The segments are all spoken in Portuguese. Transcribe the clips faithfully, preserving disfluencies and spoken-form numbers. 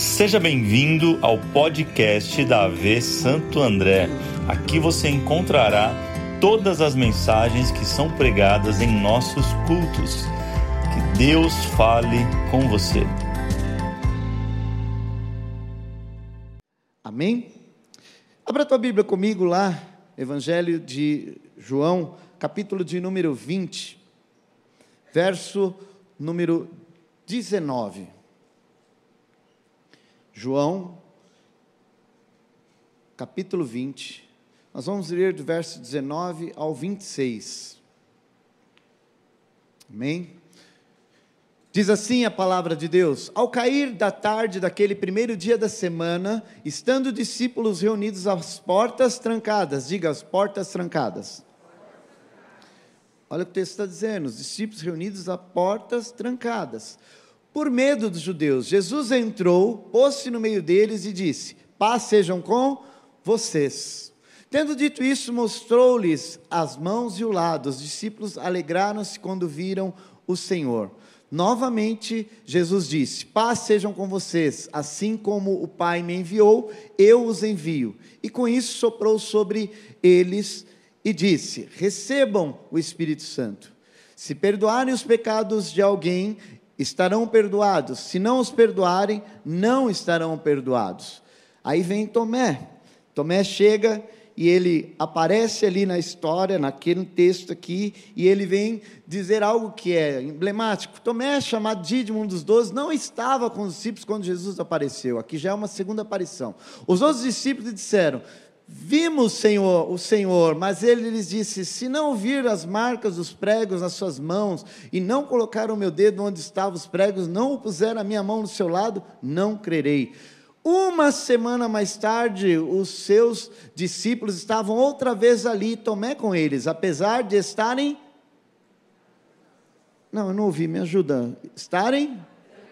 Seja bem-vindo ao podcast da A V Santo André. Aqui você encontrará todas as mensagens que são pregadas em nossos cultos. Que Deus fale com você. Amém? Abra a tua Bíblia comigo lá, Evangelho de João, capítulo de número vinte, verso número dezenove. João, capítulo vinte, nós vamos ler do verso dezenove ao vinte e seis. Amém? Diz assim a palavra de Deus: ao cair da tarde daquele primeiro dia da semana, estando os discípulos reunidos às portas trancadas, diga, as portas trancadas. Olha o que o texto está dizendo, os discípulos reunidos a portas trancadas. Por medo dos judeus, Jesus entrou, pôs-se no meio deles e disse: paz sejam com vocês. Tendo dito isso, mostrou-lhes as mãos e o lado. Os discípulos alegraram-se quando viram o Senhor. Novamente, Jesus disse: paz sejam com vocês, assim como o Pai me enviou, eu os envio. E com isso soprou sobre eles e disse: recebam o Espírito Santo. Se perdoarem os pecados de alguém, estarão perdoados. Se não os perdoarem, não estarão perdoados. Aí vem Tomé. Tomé chega e ele aparece ali na história, naquele texto aqui, e ele vem dizer algo que é emblemático. Tomé, chamado Dídimo, um dos doze, não estava com os discípulos quando Jesus apareceu. Aqui já é uma segunda aparição. Os outros discípulos disseram: vimos, Senhor, o Senhor, mas ele lhes disse: se não vir as marcas dos pregos nas suas mãos, e não colocar o meu dedo onde estavam os pregos, não o puser a minha mão no seu lado, não crerei. Uma semana mais tarde, os seus discípulos estavam outra vez ali, Tomé com eles, apesar de estarem... Não, eu não ouvi, me ajuda. Estarem...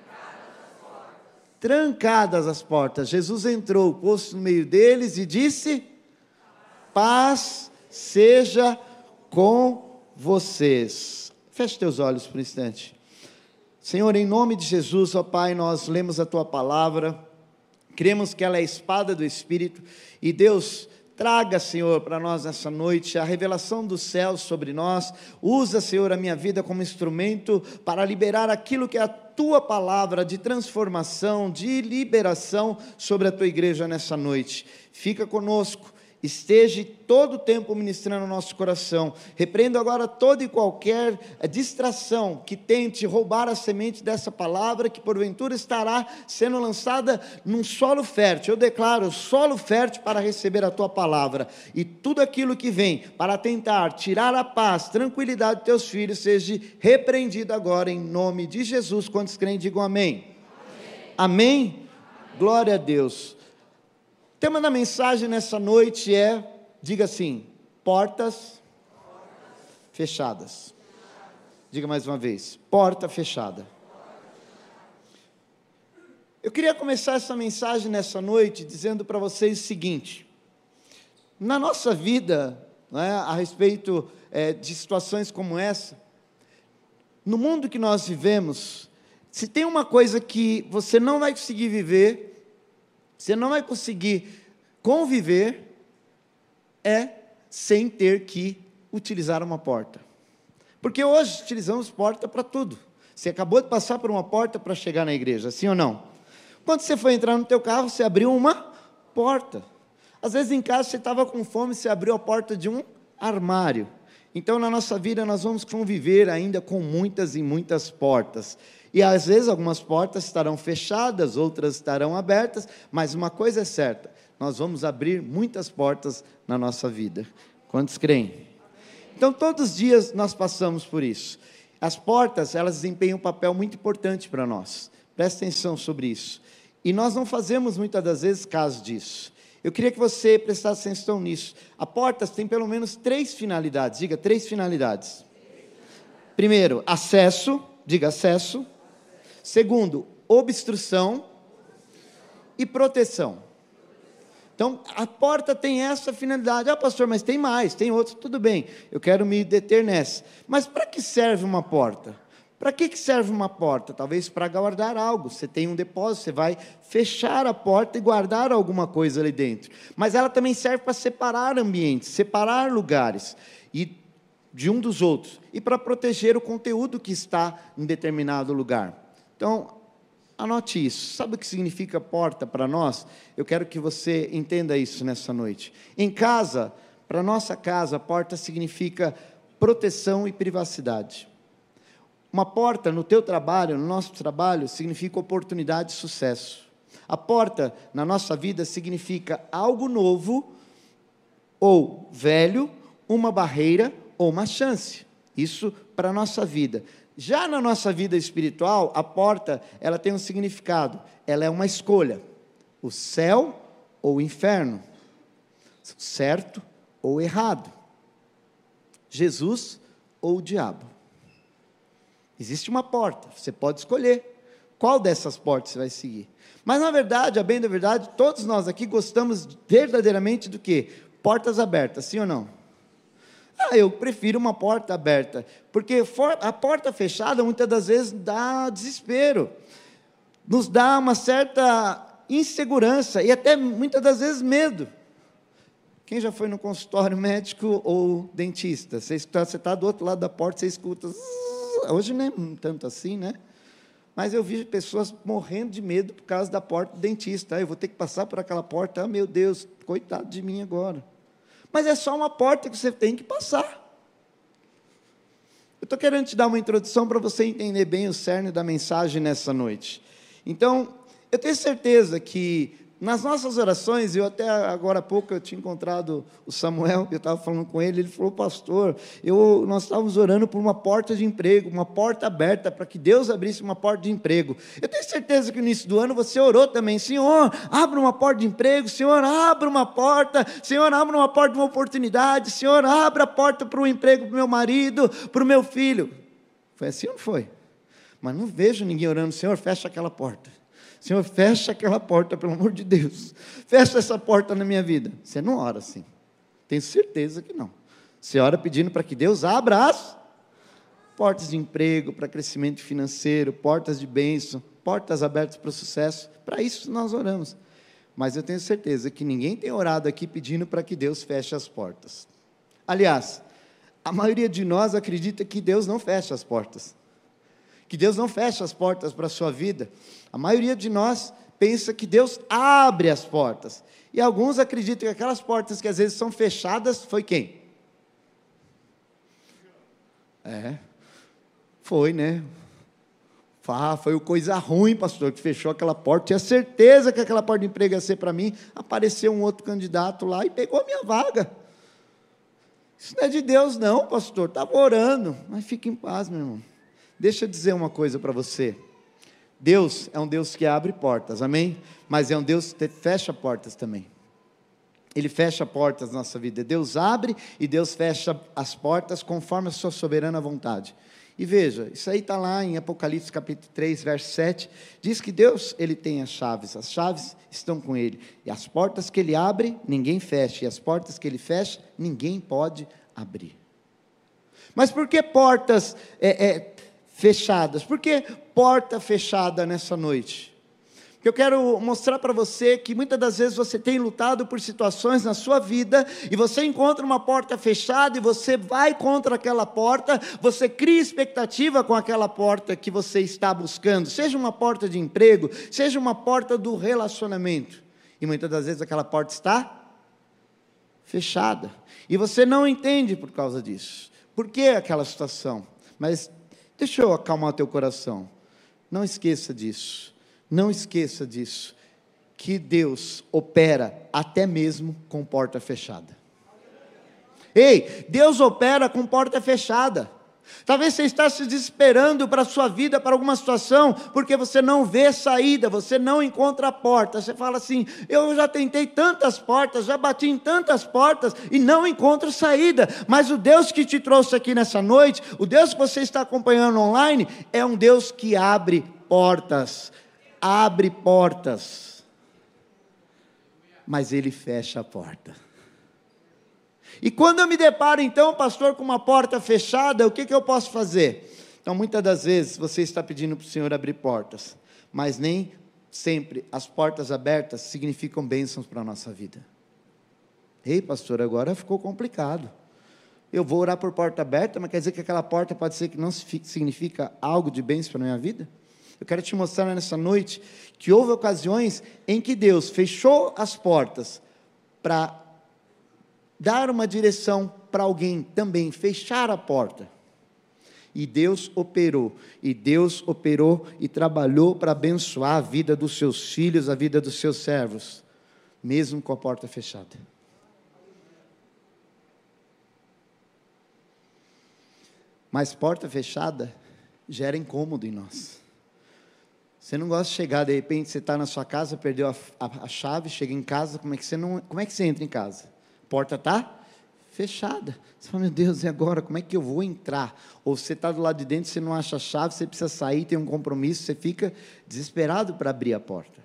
trancadas as portas. Jesus entrou, pôs-se no meio deles e disse: paz seja com vocês. Feche teus olhos por um instante. Senhor, em nome de Jesus, ó Pai, nós lemos a Tua palavra, cremos que ela é a espada do Espírito, e Deus, traga, Senhor, para nós nessa noite a revelação dos céus sobre nós. Usa, Senhor, a minha vida como instrumento para liberar aquilo que é a Tua palavra de transformação, de liberação sobre a Tua igreja nessa noite. Fica conosco, esteja todo o tempo ministrando o nosso coração. Repreendo agora toda e qualquer distração que tente roubar a semente dessa palavra, que porventura estará sendo lançada num solo fértil. Eu declaro solo fértil para receber a Tua palavra, e tudo aquilo que vem para tentar tirar a paz, tranquilidade de Teus filhos, seja repreendido agora em nome de Jesus. Quantos creem, digam amém. Amém? Amém? Glória a Deus. O tema da mensagem nessa noite é, diga assim, portas fechadas. Diga mais uma vez, porta fechada. Eu queria começar essa mensagem nessa noite dizendo para vocês o seguinte: na nossa vida, né, a respeito é, de situações como essa, no mundo que nós vivemos, se tem uma coisa que você não vai conseguir viver, você não vai conseguir conviver, é sem ter que utilizar uma porta. Porque hoje utilizamos porta para tudo. Você acabou de passar por uma porta para chegar na igreja, sim ou não? Quando você foi entrar no teu carro, você abriu uma porta. Às vezes em casa você estava com fome, você abriu a porta de um armário. Então na nossa vida nós vamos conviver ainda com muitas e muitas portas. E às vezes algumas portas estarão fechadas, outras estarão abertas, mas uma coisa é certa: nós vamos abrir muitas portas na nossa vida. Quantos creem? Então todos os dias nós passamos por isso. As portas, elas desempenham um papel muito importante para nós. Presta atenção sobre isso. E nós não fazemos muitas das vezes caso disso. Eu queria que você prestasse atenção nisso. A porta tem pelo menos três finalidades. Diga, três finalidades. Primeiro, acesso. Diga, acesso. Segundo, obstrução e proteção. Então, a porta tem essa finalidade. Ah, pastor, mas tem mais, tem outros. Tudo bem, eu quero me deter nessa. Mas para que serve uma porta? Para que que serve uma porta? Talvez para guardar algo. Você tem um depósito, você vai fechar a porta e guardar alguma coisa ali dentro. Mas ela também serve para separar ambientes, separar lugares e de um dos outros, e para proteger o conteúdo que está em determinado lugar. Então, anote isso. Sabe o que significa porta para nós? Eu quero que você entenda isso nessa noite. Em casa, para nossa casa, porta significa proteção e privacidade. Uma porta no teu trabalho, no nosso trabalho, significa oportunidade e sucesso. A porta na nossa vida significa algo novo ou velho, uma barreira ou uma chance. Isso para a nossa vida. Já na nossa vida espiritual, a porta, ela tem um significado. Ela é uma escolha. O céu ou o inferno. Certo ou errado. Jesus ou o diabo. Existe uma porta, você pode escolher qual dessas portas você vai seguir. Mas na verdade, a bem da verdade, todos nós aqui gostamos verdadeiramente do quê? Portas abertas, sim ou não? Ah, eu prefiro uma porta aberta, porque a porta fechada muitas das vezes dá desespero, nos dá uma certa insegurança e até muitas das vezes medo. Quem já foi no consultório médico ou dentista? Você está, você está do outro lado da porta, você escuta... Hoje não é tanto assim, né? Mas eu vi pessoas morrendo de medo por causa da porta do dentista. Ah, eu vou ter que passar por aquela porta. Ah, meu Deus, coitado de mim agora. Mas é só uma porta que você tem que passar. Eu estou querendo te dar uma introdução para você entender bem o cerne da mensagem nessa noite. Então, eu tenho certeza que nas nossas orações, eu até agora há pouco eu tinha encontrado o Samuel, eu estava falando com ele, ele falou, pastor, eu, nós estávamos orando por uma porta de emprego, uma porta aberta, para que Deus abrisse uma porta de emprego. Eu tenho certeza que no início do ano você orou também, Senhor, abra uma porta de emprego, Senhor, abra uma porta, Senhor, abra uma porta de uma oportunidade, Senhor, abra a porta para o emprego para o meu marido, para o meu filho. Foi assim ou não foi? Mas não vejo ninguém orando, Senhor, fecha aquela porta. Senhor, fecha aquela porta, pelo amor de Deus. Fecha essa porta na minha vida. Você não ora assim. Tenho certeza que não. Você ora pedindo para que Deus abra as portas de emprego, para crescimento financeiro, portas de bênção, portas abertas para o sucesso. Para isso nós oramos. Mas eu tenho certeza que ninguém tem orado aqui pedindo para que Deus feche as portas. Aliás, a maioria de nós acredita que Deus não fecha as portas. Que Deus não fecha as portas para a sua vida. A maioria de nós pensa que Deus abre as portas. E alguns acreditam que aquelas portas que às vezes são fechadas, foi quem? É, foi, né? Ah, foi o coisa ruim, pastor, que fechou aquela porta. Tinha certeza que aquela porta de emprego ia ser para mim. Apareceu um outro candidato lá e pegou a minha vaga. Isso não é de Deus não, pastor. Estava orando. Mas fique em paz, meu irmão. Deixa eu dizer uma coisa para você. Deus é um Deus que abre portas, amém? Mas é um Deus que fecha portas também. Ele fecha portas na nossa vida. Deus abre e Deus fecha as portas conforme a sua soberana vontade. E veja, isso aí está lá em Apocalipse capítulo três, verso sete. Diz que Deus, Ele tem as chaves. As chaves estão com Ele. E as portas que Ele abre, ninguém fecha. E as portas que Ele fecha, ninguém pode abrir. Mas por que portas... É, é, fechadas? Por que porta fechada nessa noite? Porque eu quero mostrar para você que muitas das vezes você tem lutado por situações na sua vida e você encontra uma porta fechada e você vai contra aquela porta, você cria expectativa com aquela porta que você está buscando, seja uma porta de emprego, seja uma porta do relacionamento, e muitas das vezes aquela porta está fechada, e você não entende por causa disso. Por que aquela situação? Mas deixa eu acalmar o teu coração. Não esqueça disso. Não esqueça disso. Que Deus opera até mesmo com porta fechada. Ei, Deus opera com porta fechada. Talvez você está se desesperando para a sua vida, para alguma situação, porque você não vê saída, você não encontra a porta. Você fala assim, eu já tentei tantas portas, já bati em tantas portas e não encontro saída. Mas o Deus que te trouxe aqui nessa noite, o Deus que você está acompanhando online, é um Deus que abre portas, abre portas, mas Ele fecha a porta. E quando eu me deparo então, pastor, com uma porta fechada, o que, que eu posso fazer? Então, muitas das vezes, você está pedindo para o Senhor abrir portas, mas nem sempre as portas abertas significam bênçãos para a nossa vida. Ei, pastor, agora ficou complicado. Eu vou orar por porta aberta, mas quer dizer que aquela porta pode ser que não significa algo de bênção para a minha vida? Eu quero te mostrar nessa noite que houve ocasiões em que Deus fechou as portas para dar uma direção para alguém também, fechar a porta. E Deus operou, e Deus operou e trabalhou para abençoar a vida dos seus filhos, a vida dos seus servos, mesmo com a porta fechada. Mas porta fechada gera incômodo em nós. Você não gosta de chegar, de repente você está na sua casa, perdeu a, a, a chave, chega em casa, como é que você não, como é que você entra em casa? A porta está fechada. Você fala, meu Deus, e agora? Como é que eu vou entrar? Ou você está do lado de dentro, você não acha a chave, você precisa sair, tem um compromisso, você fica desesperado para abrir a porta.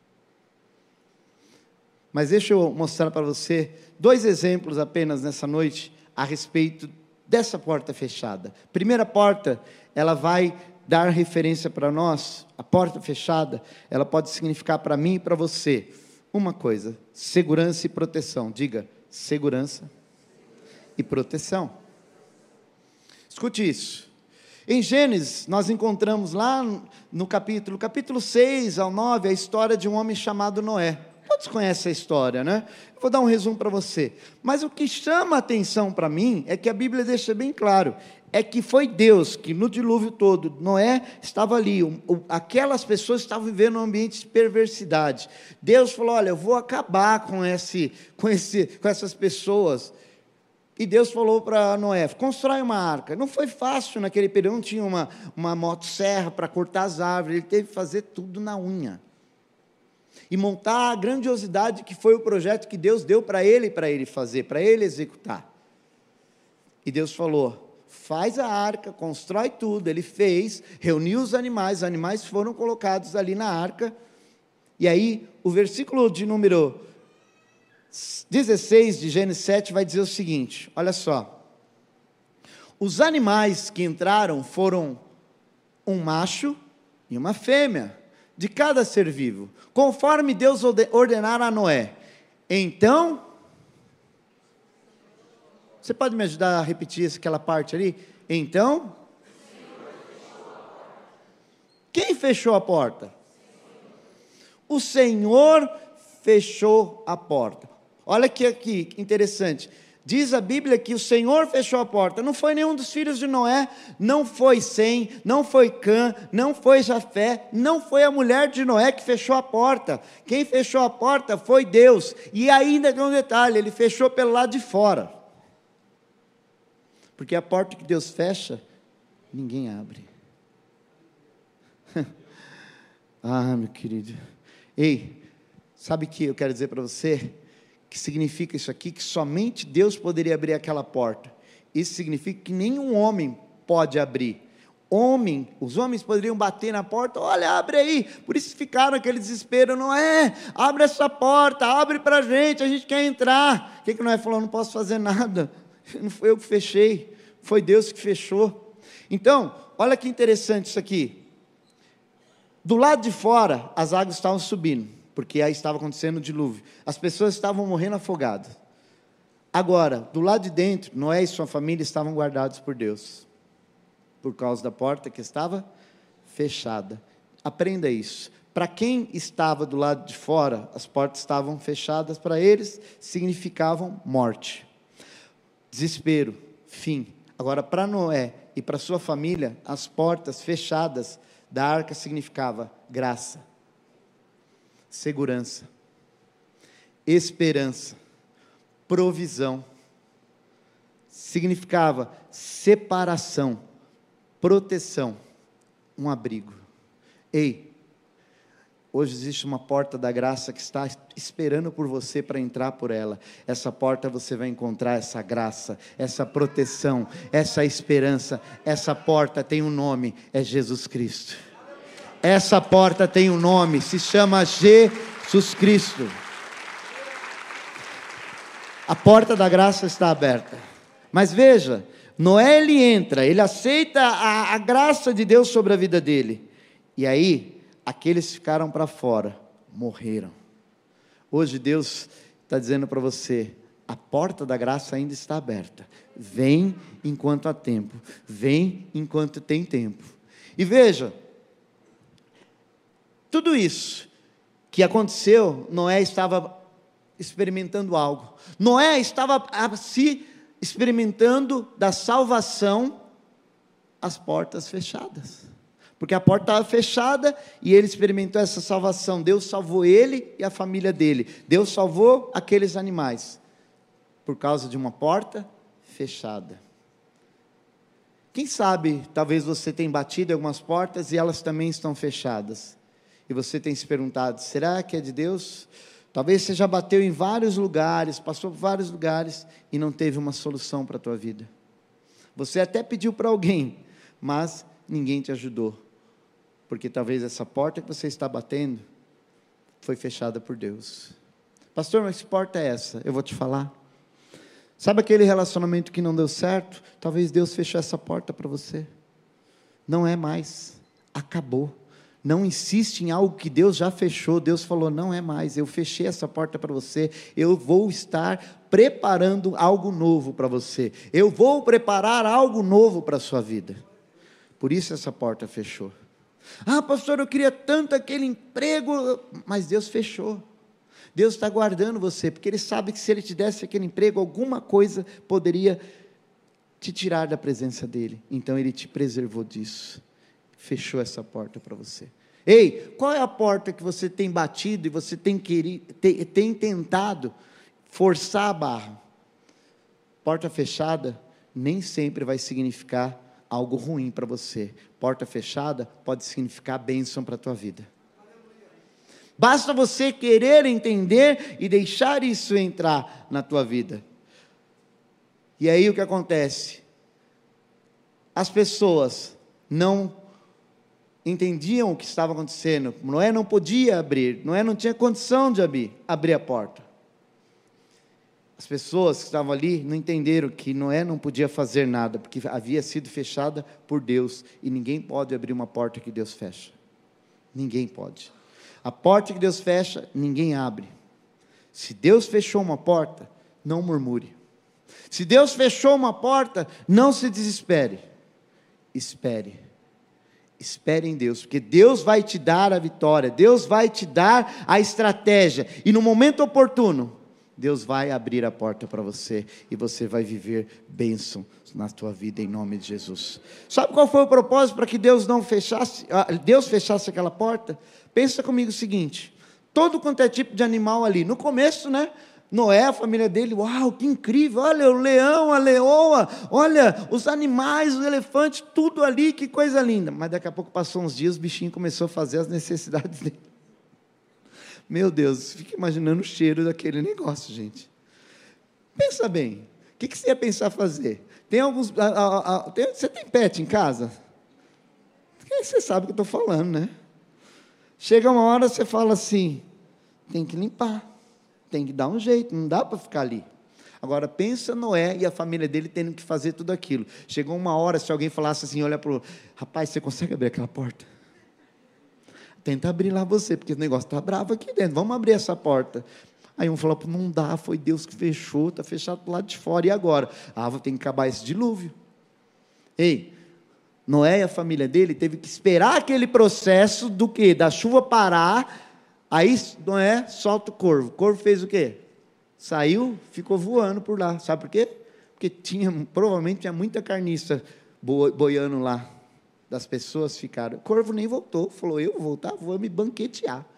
Mas deixa eu mostrar para você dois exemplos apenas nessa noite a respeito dessa porta fechada. Primeira porta, ela vai dar referência para nós. A porta fechada, ela pode significar para mim e para você uma coisa: segurança e proteção. Diga, segurança e proteção. Escute isso. Em Gênesis, nós encontramos lá no capítulo, capítulo seis ao nove, a história de um homem chamado Noé. Todos conhecem a história, né? Eu vou dar um resumo para você. Mas o que chama a atenção para mim é que a Bíblia deixa bem claro, é que foi Deus que no dilúvio todo, Noé estava ali, o, o, aquelas pessoas estavam vivendo um ambiente de perversidade. Deus falou, olha, eu vou acabar com, esse, com, esse, com essas pessoas. E Deus falou para Noé, constrói uma arca. Não foi fácil naquele período, não tinha uma, uma motosserra para cortar as árvores, ele teve que fazer tudo na unha. E montar a grandiosidade que foi o projeto que Deus deu para ele, para ele fazer, para ele executar. E Deus falou, faz a arca, constrói tudo. Ele fez, reuniu os animais, os animais foram colocados ali na arca. E aí, o versículo de número dezesseis de Gênesis sete vai dizer o seguinte, olha só. Os animais que entraram foram um macho e uma fêmea, de cada ser vivo, conforme Deus ordenara a Noé. Então, você pode me ajudar a repetir aquela parte ali? Então, quem fechou a porta? O Senhor fechou a porta. Olha aqui, aqui, interessante. Diz a Bíblia que o Senhor fechou a porta. Não foi nenhum dos filhos de Noé, não foi Sem, não foi Cã, não foi Jafé, não foi a mulher de Noé que fechou a porta. Quem fechou a porta foi Deus. E ainda tem um detalhe, ele fechou pelo lado de fora. Porque a porta que Deus fecha, ninguém abre. Ah, meu querido. Ei, sabe o que eu quero dizer para você? Que significa isso aqui, que somente Deus poderia abrir aquela porta. Isso significa que nenhum homem pode abrir. Homem, os homens poderiam bater na porta, olha, abre aí. Por isso ficaram aquele desespero, não é? Abre essa porta, abre para a gente, a gente quer entrar. O que que Noé falou? Não posso fazer nada. Não foi eu que fechei, foi Deus que fechou. Então, olha que interessante isso aqui. Do lado de fora, as águas estavam subindo, porque aí estava acontecendo o dilúvio. As pessoas estavam morrendo afogadas. Agora, do lado de dentro, Noé e sua família estavam guardados por Deus, por causa da porta que estava fechada. Aprenda isso. Para quem estava do lado de fora, as portas estavam fechadas, para eles significavam morte, desespero, fim. Agora, para Noé e para sua família, as portas fechadas da arca significava graça, segurança, esperança, provisão. Significava separação, proteção, um abrigo. Ei, hoje existe uma porta da graça que está esperando por você para entrar por ela. Essa porta você vai encontrar essa graça, essa proteção, essa esperança. Essa porta tem um nome, é Jesus Cristo. Essa porta tem um nome, se chama Jesus Cristo. A porta da graça está aberta. Mas veja, Noé, ele entra, ele aceita a, a graça de Deus sobre a vida dele. E aí, aqueles que ficaram para fora, morreram. Hoje Deus está dizendo para você, a porta da graça ainda está aberta. Vem enquanto há tempo. Vem enquanto tem tempo. E veja, tudo isso que aconteceu, Noé estava experimentando algo. Noé estava se experimentando da salvação, as portas fechadas. Porque a porta estava fechada e ele experimentou essa salvação. Deus salvou ele e a família dele. Deus salvou aqueles animais. Por causa de uma porta fechada. Quem sabe, talvez você tenha batido em algumas portas e elas também estão fechadas. E você tem se perguntado, será que é de Deus? Talvez você já bateu em vários lugares, passou por vários lugares e não teve uma solução para a tua vida. Você até pediu para alguém, mas ninguém te ajudou. Porque talvez essa porta que você está batendo foi fechada por Deus. Pastor, mas que porta é essa? Eu vou te falar. Sabe aquele relacionamento que não deu certo? Talvez Deus fechou essa porta para você. Não é mais. Acabou. Não insiste em algo que Deus já fechou. Deus falou, não é mais. Eu fechei essa porta para você. Eu vou estar preparando algo novo para você. Eu vou preparar algo novo para a sua vida. Por isso essa porta fechou. Ah, pastor, eu queria tanto aquele emprego, mas Deus fechou. Deus está guardando você, porque Ele sabe que se Ele te desse aquele emprego, alguma coisa poderia te tirar da presença dEle. Então Ele te preservou disso. Fechou essa porta para você. Ei, qual é a porta que você tem batido e você tem, querido, tem, tem tentado forçar a barra? Porta fechada nem sempre vai significar algo ruim para você. Porta fechada pode significar bênção para a tua vida. Basta você querer entender e deixar isso entrar na tua vida. E aí o que acontece? As pessoas não entendiam o que estava acontecendo. Noé não podia abrir, Noé não tinha condição de abrir, abrir a porta. As pessoas que estavam ali não entenderam que Noé não podia fazer nada, porque havia sido fechada por Deus, e ninguém pode abrir uma porta que Deus fecha. Ninguém pode. A porta que Deus fecha, ninguém abre. Se Deus fechou uma porta, não murmure. Se Deus fechou uma porta, não se desespere. Espere. Espere em Deus, porque Deus vai te dar a vitória, Deus vai te dar a estratégia, e no momento oportuno, Deus vai abrir a porta para você, e você vai viver bênção na tua vida, em nome de Jesus. Sabe qual foi o propósito para que Deus não fechasse, Deus fechasse aquela porta? Pensa comigo o seguinte, todo quanto é tipo de animal ali, no começo, né, Noé, a família dele, uau, que incrível, olha o leão, a leoa, olha os animais, os elefantes, tudo ali, que coisa linda. Mas daqui a pouco passou uns dias, o bichinho começou a fazer as necessidades dele. Meu Deus, fica imaginando o cheiro daquele negócio, gente. Pensa bem, o que, que você ia pensar fazer? Tem alguns, a, a, a, tem, você tem pet em casa? Você sabe o que eu estou falando, né? Chega uma hora, você fala assim, tem que limpar, tem que dar um jeito, não dá para ficar ali. Agora, pensa Noé e a família dele tendo que fazer tudo aquilo. Chegou uma hora, se alguém falasse assim, olha para o... Rapaz, você consegue abrir aquela porta? Tenta abrir lá você, porque o negócio está bravo aqui dentro, vamos abrir essa porta. Aí um falou, não dá, foi Deus que fechou, está fechado do lado de fora, e agora? Ah, vou ter que acabar esse dilúvio. Ei, Noé e a família dele teve que esperar aquele processo do quê? Da chuva parar. Aí Noé solta o corvo. O corvo fez o quê? Saiu, ficou voando por lá. Sabe por quê? Porque tinha, provavelmente tinha muita carniça boiando lá. Das pessoas ficaram. O corvo nem voltou. Falou, eu vou voltar, vou me banquetear.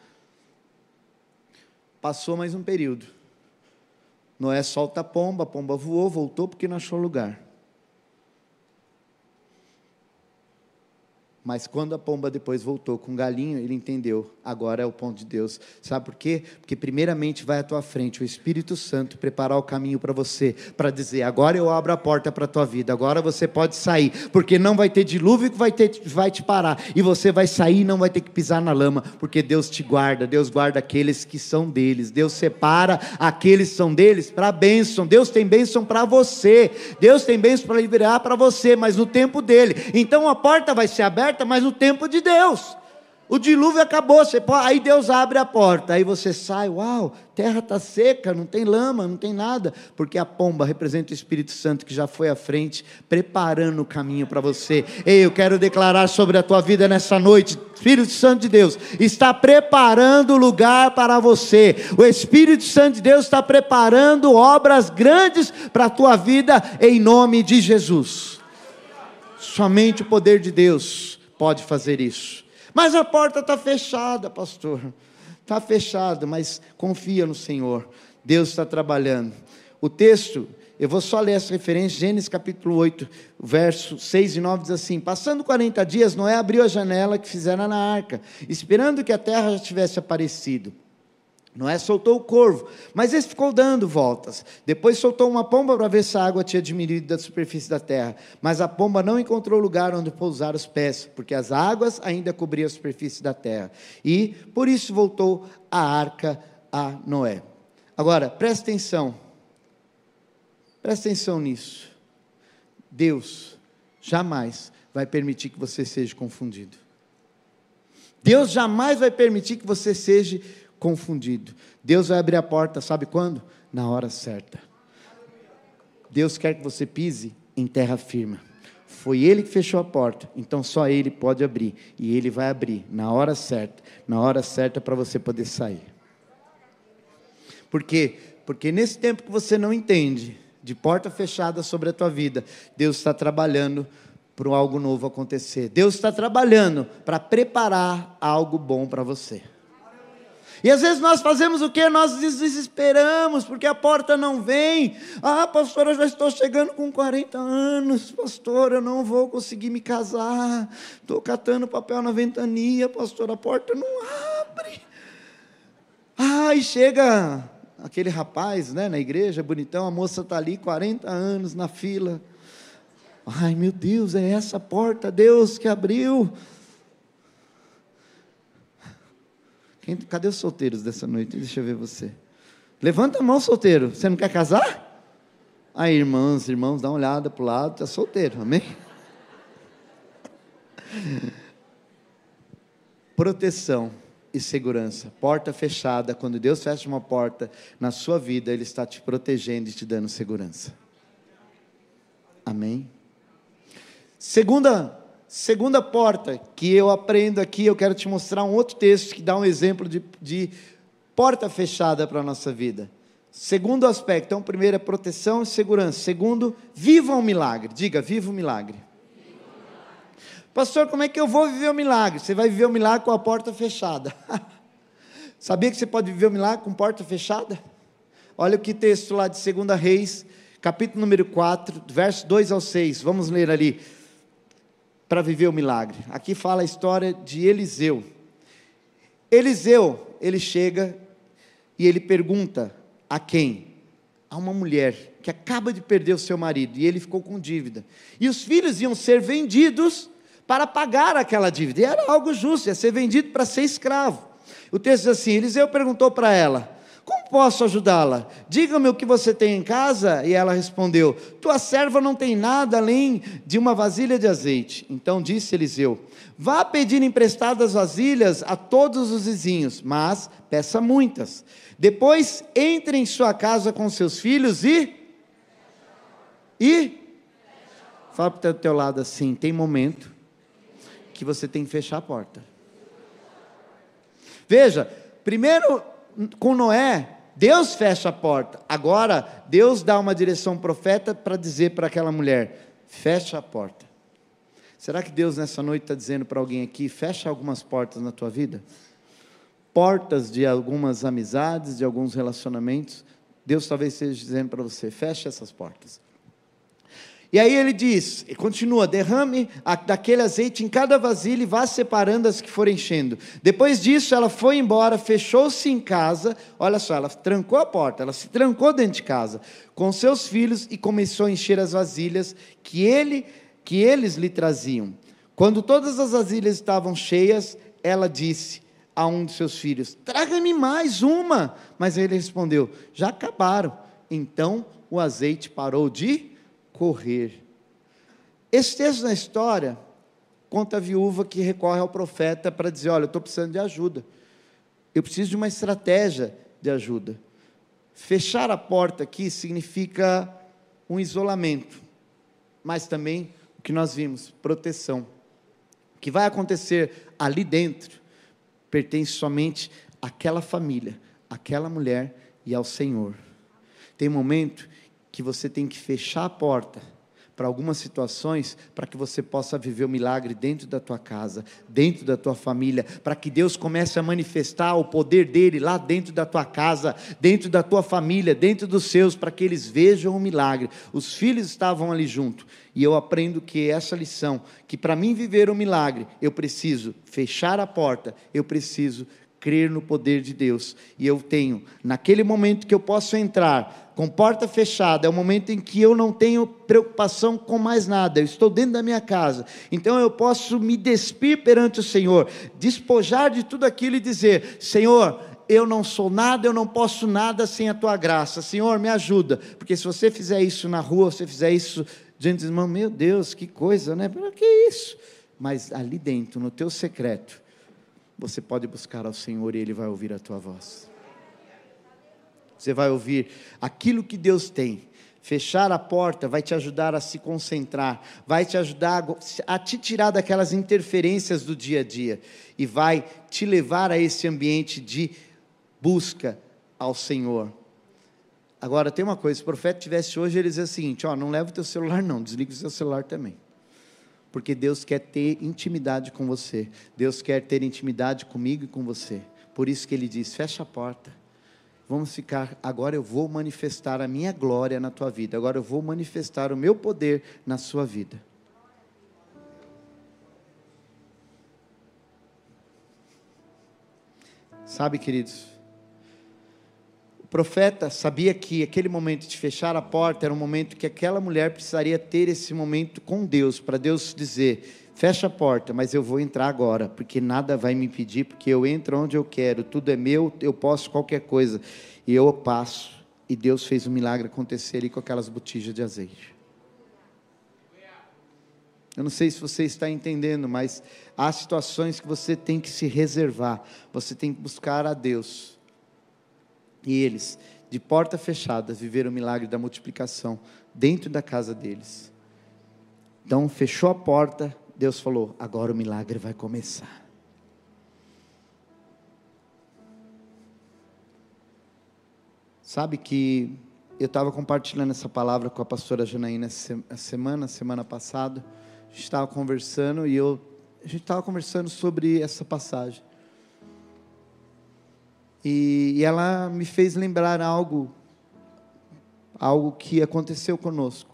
Passou mais um período. Noé solta a pomba, a pomba voou, voltou porque não achou lugar. Mas quando a pomba depois voltou com o galinho, ele entendeu, agora é o ponto de Deus. Sabe por quê? Porque primeiramente vai à tua frente o Espírito Santo preparar o caminho para você, para dizer, agora eu abro a porta para a tua vida, agora você pode sair, porque não vai ter dilúvio que vai, ter, vai te parar, e você vai sair e não vai ter que pisar na lama, porque Deus te guarda, Deus guarda aqueles que são deles, Deus separa aqueles que são deles para a bênção. Deus tem bênção para você, Deus tem bênção para liberar para você, mas no tempo dele. Então a porta vai ser aberta, mas no tempo de Deus. O dilúvio acabou, você pode, aí Deus abre a porta, aí você sai, uau, terra está seca, não tem lama, não tem nada, porque a pomba representa o Espírito Santo que já foi à frente, preparando o caminho para você. Ei, eu quero declarar sobre a tua vida nessa noite, Espírito Santo de Deus está preparando o lugar para você, o Espírito Santo de Deus está preparando obras grandes para a tua vida, em nome de Jesus. Somente o poder de Deus pode fazer isso. Mas a porta está fechada, pastor. Está fechada, mas confia no Senhor. Deus está trabalhando. O texto, eu vou só ler essa referência, Gênesis capítulo oito, versos seis e nove, diz assim: passando quarenta dias, Noé abriu a janela que fizera na arca, esperando que a terra já tivesse aparecido. Noé soltou o corvo, mas esse ficou dando voltas. Depois soltou uma pomba para ver se a água tinha diminuído da superfície da terra. Mas a pomba não encontrou lugar onde pousar os pés, porque as águas ainda cobriam a superfície da terra. E por isso voltou a arca a Noé. Agora, presta atenção. Presta atenção nisso. Deus jamais vai permitir que você seja confundido. Deus jamais vai permitir que você seja confundido. Deus vai abrir a porta, sabe quando? Na hora certa. Deus quer que você pise em terra firme. Foi Ele que fechou a porta, então só Ele pode abrir, e Ele vai abrir na hora certa, na hora certa para você poder sair. Por quê? Porque nesse tempo que você não entende, de porta fechada sobre a tua vida, Deus está trabalhando para algo novo acontecer. Deus está trabalhando para preparar algo bom para você. E às vezes nós fazemos o quê? Nós desesperamos, porque a porta não vem. Ah, pastor, eu já estou chegando com quarenta anos, pastor, eu não vou conseguir me casar. Estou catando papel na ventania, pastor, a porta não abre. Ah, e chega aquele rapaz, né, na igreja, bonitão, a moça está ali, quarenta anos na fila. Ai, meu Deus, é essa porta, Deus que abriu. Cadê os solteiros dessa noite? Deixa eu ver você. Levanta a mão, solteiro. Você não quer casar? Aí, irmãs, irmãos, dá uma olhada para o lado. Está solteiro, amém? Proteção e segurança. Porta fechada. Quando Deus fecha uma porta na sua vida, Ele está te protegendo e te dando segurança. Amém? Segunda Segunda porta que eu aprendo aqui, eu quero te mostrar um outro texto que dá um exemplo de, de porta fechada para a nossa vida. Segundo aspecto, então, primeiro é proteção e segurança. Segundo, viva um milagre. Diga, viva um milagre. Pastor, como é que eu vou viver o milagre? Você vai viver o milagre com a porta fechada. Sabia que você pode viver o milagre com porta fechada? Olha o que texto lá de Segunda Reis, capítulo número quatro, versos dois ao seis. Vamos ler ali. Para viver o milagre. Aqui fala a história de Eliseu. Eliseu, ele chega e ele pergunta a quem? A uma mulher que acaba de perder o seu marido e ele ficou com dívida. E os filhos iam ser vendidos para pagar aquela dívida. E era algo justo, ia ser vendido para ser escravo. O texto diz assim: Eliseu perguntou para ela: como posso ajudá-la? Diga-me o que você tem em casa. E ela respondeu: tua serva não tem nada além de uma vasilha de azeite. Então disse Eliseu: vá pedir emprestadas vasilhas a todos os vizinhos, mas peça muitas. Depois entre em sua casa com seus filhos e... E... Fala para o teu lado assim: tem momento que você tem que fechar a porta. Veja, primeiro... com Noé, Deus fecha a porta. Agora, Deus dá uma direção profeta para dizer para aquela mulher: fecha a porta. Será que Deus nessa noite está dizendo para alguém aqui: fecha algumas portas na tua vida? Portas de algumas amizades, de alguns relacionamentos. Deus talvez esteja dizendo para você: fecha essas portas. E aí ele diz, e continua, derrame daquele azeite em cada vasilha e vá separando as que forem enchendo. Depois disso ela foi embora, fechou-se em casa, olha só, ela trancou a porta, ela se trancou dentro de casa, com seus filhos e começou a encher as vasilhas que, ele, que eles lhe traziam. Quando todas as vasilhas estavam cheias, ela disse a um de seus filhos, traga-me mais uma. Mas ele respondeu, já acabaram. Então o azeite parou de correr. Esse texto na história conta a viúva que recorre ao profeta para dizer, olha, eu estou precisando de ajuda, eu preciso de uma estratégia de ajuda. Fechar a porta aqui significa um isolamento, mas também o que nós vimos, proteção. O que vai acontecer ali dentro pertence somente àquela família, àquela mulher e ao Senhor. Tem momento que você tem que fechar a porta para algumas situações, para que você possa viver o milagre dentro da tua casa, dentro da tua família, para que Deus comece a manifestar o poder dele lá dentro da tua casa, dentro da tua família, dentro dos seus, para que eles vejam o milagre. Os filhos estavam ali junto, e eu aprendo que essa lição, que para mim viver o milagre, eu preciso fechar a porta, eu preciso crer no poder de Deus, e eu tenho, naquele momento que eu posso entrar, com porta fechada, é o momento em que eu não tenho preocupação com mais nada, eu estou dentro da minha casa, então eu posso me despir perante o Senhor, despojar de tudo aquilo e dizer, Senhor, eu não sou nada, eu não posso nada sem a tua graça, Senhor, me ajuda, porque se você fizer isso na rua, se você fizer isso diante dos irmãos, meu Deus, que coisa, né, para que isso? Mas ali dentro, no teu secreto, você pode buscar ao Senhor e Ele vai ouvir a tua voz. Você vai ouvir aquilo que Deus tem. Fechar a porta vai te ajudar a se concentrar, vai te ajudar a te tirar daquelas interferências do dia a dia, e vai te levar a esse ambiente de busca ao Senhor. Agora tem uma coisa, se o profeta tivesse hoje, ele dizia o seguinte, ó, não leva o teu celular não, desliga o seu celular também. Porque Deus quer ter intimidade com você, Deus quer ter intimidade comigo e com você, por isso que Ele diz, fecha a porta, vamos ficar, agora eu vou manifestar a minha glória na tua vida, agora eu vou manifestar o meu poder na sua vida. Sabe, queridos, o profeta sabia que aquele momento de fechar a porta era um momento que aquela mulher precisaria ter esse momento com Deus, para Deus dizer, fecha a porta, mas eu vou entrar agora, porque nada vai me impedir, porque eu entro onde eu quero, tudo é meu, eu posso qualquer coisa, e eu passo, e Deus fez um milagre acontecer ali com aquelas botijas de azeite. Eu não sei se você está entendendo, mas há situações que você tem que se reservar, você tem que buscar a Deus, e eles, de porta fechada, viveram o milagre da multiplicação, dentro da casa deles. Então, fechou a porta, Deus falou, agora o milagre vai começar. Sabe que eu estava compartilhando essa palavra com a pastora Janaína essa semana, semana passada, a gente estava conversando, e eu, a gente estava conversando sobre essa passagem, e, e ela me fez lembrar algo, algo que aconteceu conosco,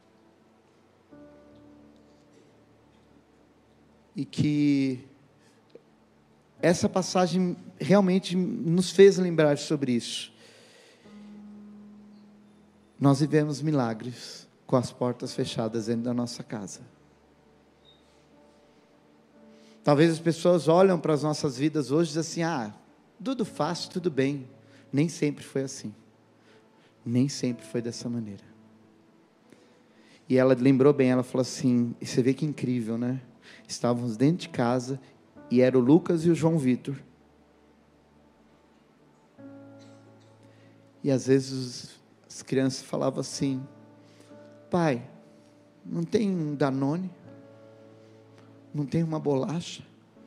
e que essa passagem realmente nos fez lembrar sobre isso. Nós vivemos milagres com as portas fechadas dentro da nossa casa. Talvez as pessoas olham para as nossas vidas hoje e dizem assim, ah, tudo fácil, tudo bem. Nem sempre foi assim. Nem sempre foi dessa maneira. E ela lembrou bem, ela falou assim, e você vê que incrível, né? Estávamos dentro de casa, e era o Lucas e o João Vitor. E às vezes as crianças falavam assim, pai, não tem um Danone? Não tem uma bolacha?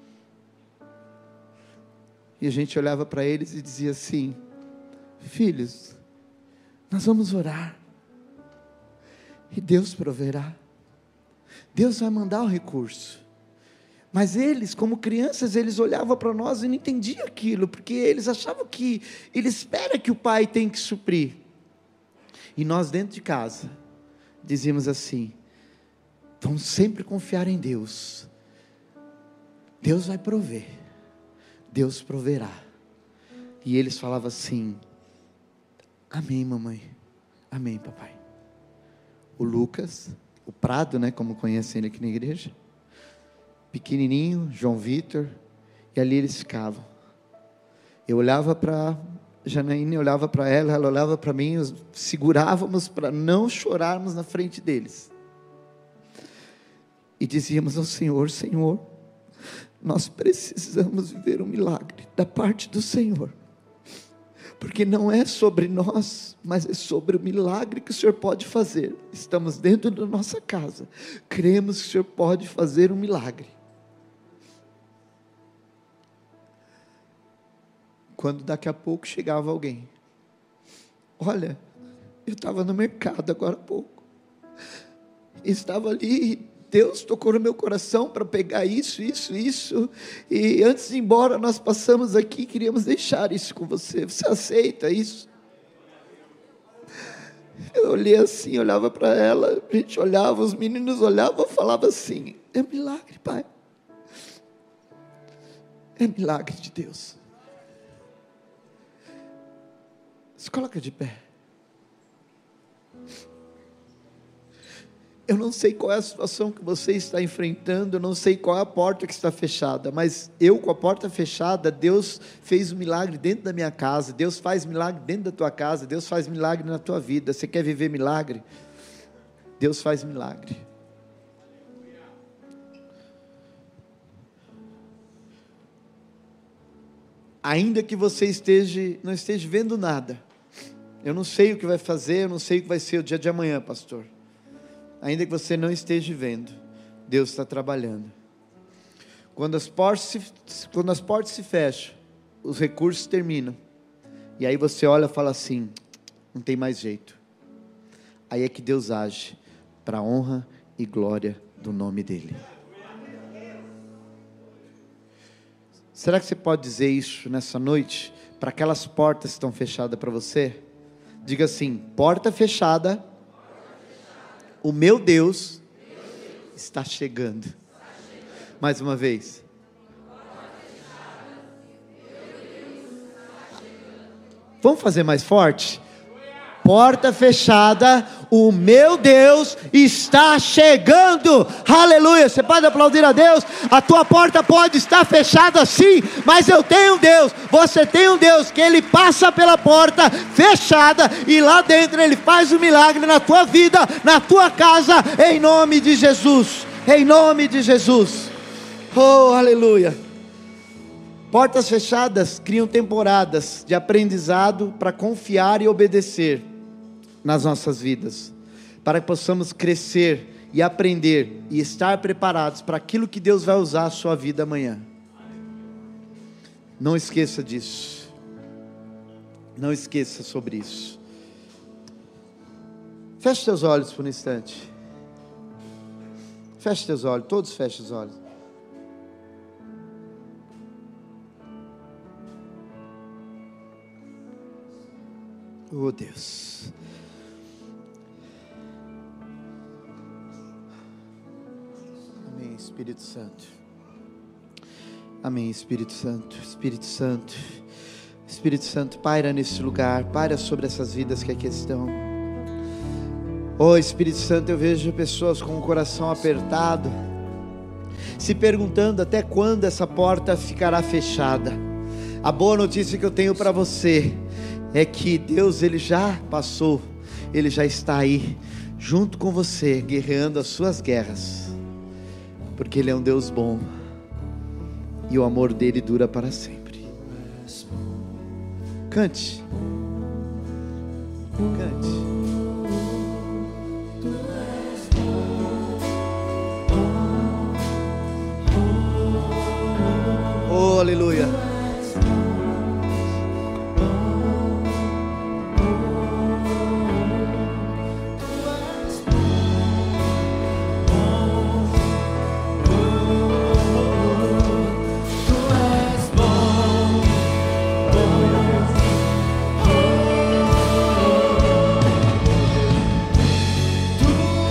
E a gente olhava para eles e dizia assim, filhos, nós vamos orar, e Deus proverá, Deus vai mandar o recurso. Mas eles, como crianças, eles olhavam para nós e não entendiam aquilo, porque eles achavam que, ele espera que o pai tem que suprir. E nós dentro de casa, dizíamos assim: vamos sempre confiar em Deus. Deus vai prover, Deus proverá. E eles falavam assim: amém, mamãe, amém, papai. O Lucas, o Prado, né, como conhecem ele aqui na igreja, pequenininho, João Vitor, e ali eles ficavam. Eu olhava para Janaína, eu olhava para ela, ela olhava para mim, segurávamos para não chorarmos na frente deles. E dizíamos ao Senhor: Senhor, nós precisamos viver um milagre da parte do Senhor. Porque não é sobre nós, mas é sobre o milagre que o Senhor pode fazer. Estamos dentro da nossa casa, cremos que o Senhor pode fazer um milagre. Quando daqui a pouco chegava alguém: olha, eu estava no mercado agora há pouco, estava ali, Deus tocou no meu coração para pegar isso, isso, isso, e antes de ir embora nós passamos aqui, queríamos deixar isso com você, você aceita isso? Eu olhei assim, olhava para ela, a gente olhava, os meninos olhavam, falava assim: é milagre, pai, é milagre de Deus. Se coloca de pé. Eu não sei qual é a situação que você está enfrentando, eu não sei qual é a porta que está fechada, mas eu, com a porta fechada, Deus fez um milagre dentro da minha casa, Deus faz milagre dentro da tua casa, Deus faz milagre na tua vida. Você quer viver milagre? Deus faz milagre. Ainda que você esteja, não esteja vendo nada, eu não sei o que vai fazer, eu não sei o que vai ser o dia de amanhã, pastor. Ainda que você não esteja vendo, Deus está trabalhando. Quando as portas se, quando as portas se fecham, os recursos terminam, e aí você olha e fala assim: não tem mais jeito. Aí é que Deus age, para a honra e glória do nome dEle. Será que você pode dizer isso nessa noite, para aquelas portas que estão fechadas para você? Diga assim: porta fechada, o meu Deus está chegando. Mais uma vez. Vamos fazer mais forte? Porta fechada, o meu Deus está chegando. Aleluia. Você pode aplaudir a Deus? A tua porta pode estar fechada sim, mas eu tenho um Deus, você tem um Deus que Ele passa pela porta fechada e lá dentro Ele faz um milagre na tua vida, na tua casa, em nome de Jesus. Em nome de Jesus. Oh, aleluia. Portas fechadas criam temporadas de aprendizado para confiar e obedecer nas nossas vidas, para que possamos crescer e aprender e estar preparados para aquilo que Deus vai usar a sua vida amanhã. Não esqueça disso. Não esqueça sobre isso. Feche seus olhos por um instante. Feche seus olhos, todos fechem os olhos. Oh Deus. Amém, Espírito Santo. Amém, Espírito Santo. Espírito Santo. Espírito Santo, paira nesse lugar, paira sobre essas vidas que aqui estão. Oh Espírito Santo, eu vejo pessoas com o coração apertado, se perguntando até quando essa porta ficará fechada. A boa notícia que eu tenho para você é que Deus, Ele já passou, Ele já está aí, junto com você, guerreando as suas guerras, porque Ele é um Deus bom, e o amor dEle dura para sempre. Cante, cante. Oh, aleluia. Tu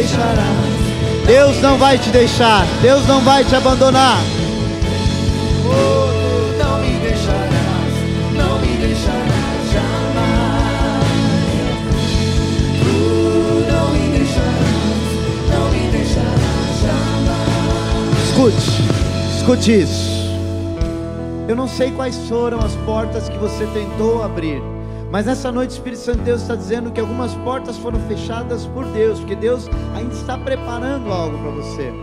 deixarás. Deus não vai te deixar, Deus não vai te abandonar. Oh, não me deixarás, não me deixarás jamais. Tu não me deixarás, não me deixarás jamais. Escute, escute isso. Eu não sei quais foram as portas que você tentou abrir, mas nessa noite o Espírito Santo de Deus está dizendo que algumas portas foram fechadas por Deus, porque Deus ainda está preparando algo para você.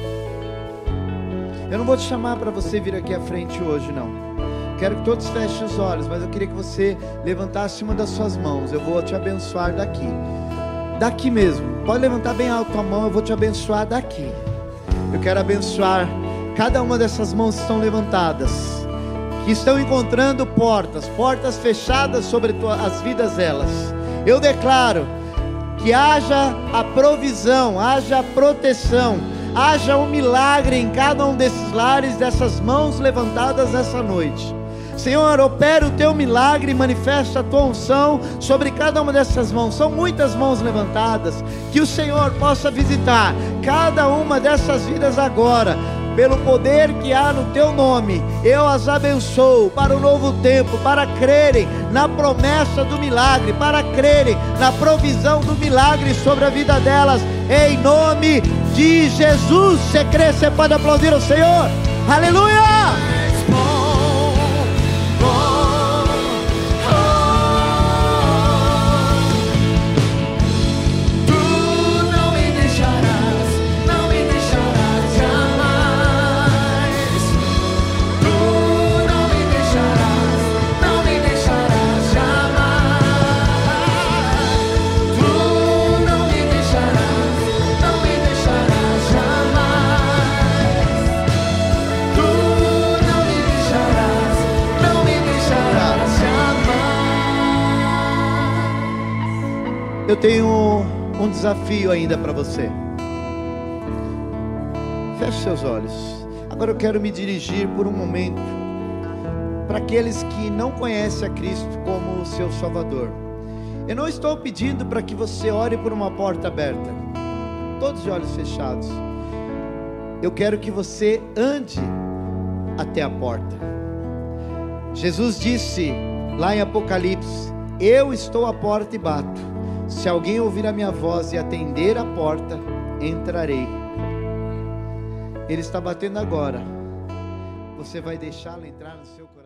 Eu não vou te chamar para você vir aqui à frente hoje, não. Quero que todos fechem os olhos, mas eu queria que você levantasse uma das suas mãos. Eu vou te abençoar daqui, daqui mesmo. Pode levantar bem alto a mão, eu vou te abençoar daqui. Eu quero abençoar cada uma dessas mãos que estão levantadas, que estão encontrando portas, portas fechadas sobre as vidas delas. Eu declaro que haja a provisão, haja a proteção, haja um milagre em cada um desses lares, dessas mãos levantadas essa noite. Senhor, opera o teu milagre e manifesta a tua unção sobre cada uma dessas mãos. São muitas mãos levantadas. Que o Senhor possa visitar cada uma dessas vidas agora. Pelo poder que há no teu nome, eu as abençoo para o novo tempo, para crerem na promessa do milagre, para crerem na provisão do milagre sobre a vida delas, em nome de Jesus. Você crê, você pode aplaudir o Senhor. Aleluia! Eu tenho um desafio ainda para você. Feche seus olhos. Agora eu quero me dirigir por um momento para aqueles que não conhecem a Cristo como o seu Salvador. Eu não estou pedindo para que você ore por uma porta aberta, todos de olhos fechados. Eu quero que você ande até a porta. Jesus disse lá em Apocalipse: eu estou à porta e bato. Se alguém ouvir a minha voz e atender a porta, entrarei. Ele está batendo agora. Você vai deixá-lo entrar no seu coração?